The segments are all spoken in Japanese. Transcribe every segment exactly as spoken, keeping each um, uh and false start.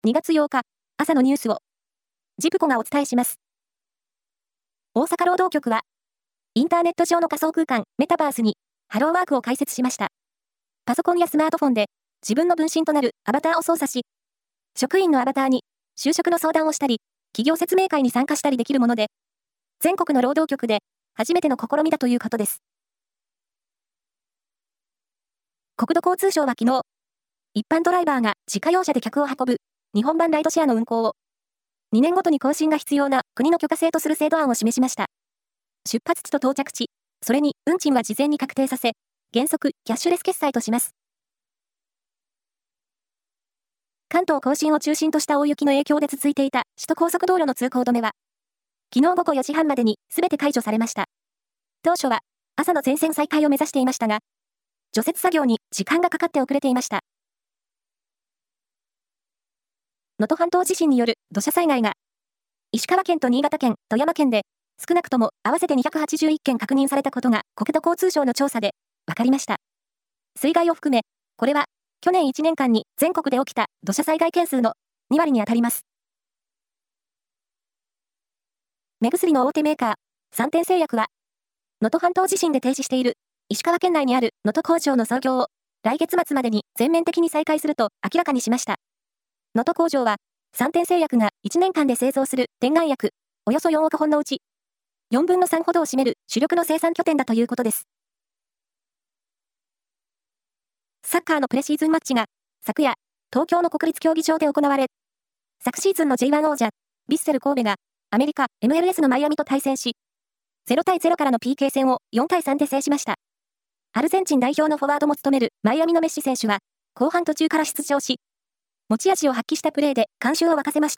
にがつようか、朝のニュースを、ジプコがお伝えします。大阪労働局は、インターネット上の仮想空間、メタバースに、ハローワークを開設しました。パソコンやスマートフォンで、自分の分身となるアバターを操作し、職員のアバターに、就職の相談をしたり、企業説明会に参加したりできるもので、全国の労働局で、初めての試みだということです。国土交通省は昨日、一般ドライバーが自家用車で客を運ぶ日本版ライドシェアの運行をにねんごとに更新が必要な国の許可制とする制度案を示しました。出発地と到着地、それに運賃は事前に確定させ、原則キャッシュレス決済とします。関東甲信を中心とした大雪の影響で続いていた首都高速道路の通行止めは、昨日ごごよじはんまでに全て解除されました。当初は朝の全線再開を目指していましたが、除雪作業に時間がかかって遅れていました。能登半島地震による土砂災害が、石川県と新潟県、富山県で、少なくとも合わせてにひゃくはちじゅういっけん確認されたことが国土交通省の調査で分かりました。水害を含め、これは去年いちねんかんに全国で起きた土砂災害件数のにわりに当たります。目薬の大手メーカー、三天製薬は、能登半島地震で停止している石川県内にある能登工場の操業を来月末までに全面的に再開すると明らかにしました。能登工場は、三天製薬がいちねんかんで製造する点眼薬、およそよんおくほんのうち、よんぶんのさんほどを占める主力の生産拠点だということです。サッカーのプレシーズンマッチが、昨夜、東京の国立競技場で行われ、昨シーズンの ジェイワン 王者、ヴィッセル神戸が、アメリカ エムエルエス のマイアミと対戦し、ゼロたいゼロからの ピーケー 戦をよんたいさんで制しました。アルゼンチン代表のフォワードも務めるマイアミのメッシ選手は、後半途中から出場し、持ち味を発揮したプレーで観衆を沸かせました。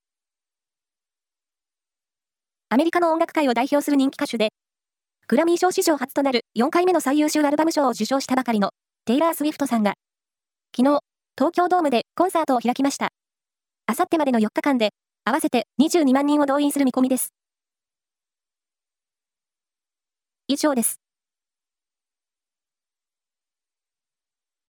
アメリカの音楽界を代表する人気歌手で、グラミー賞史上初となるよんかいめの最優秀アルバム賞を受賞したばかりのテイラー・スウィフトさんが、昨日、東京ドームでコンサートを開きました。あさってまでのよっかかんで、合わせてにじゅうにまんにんを動員する見込みです。以上です。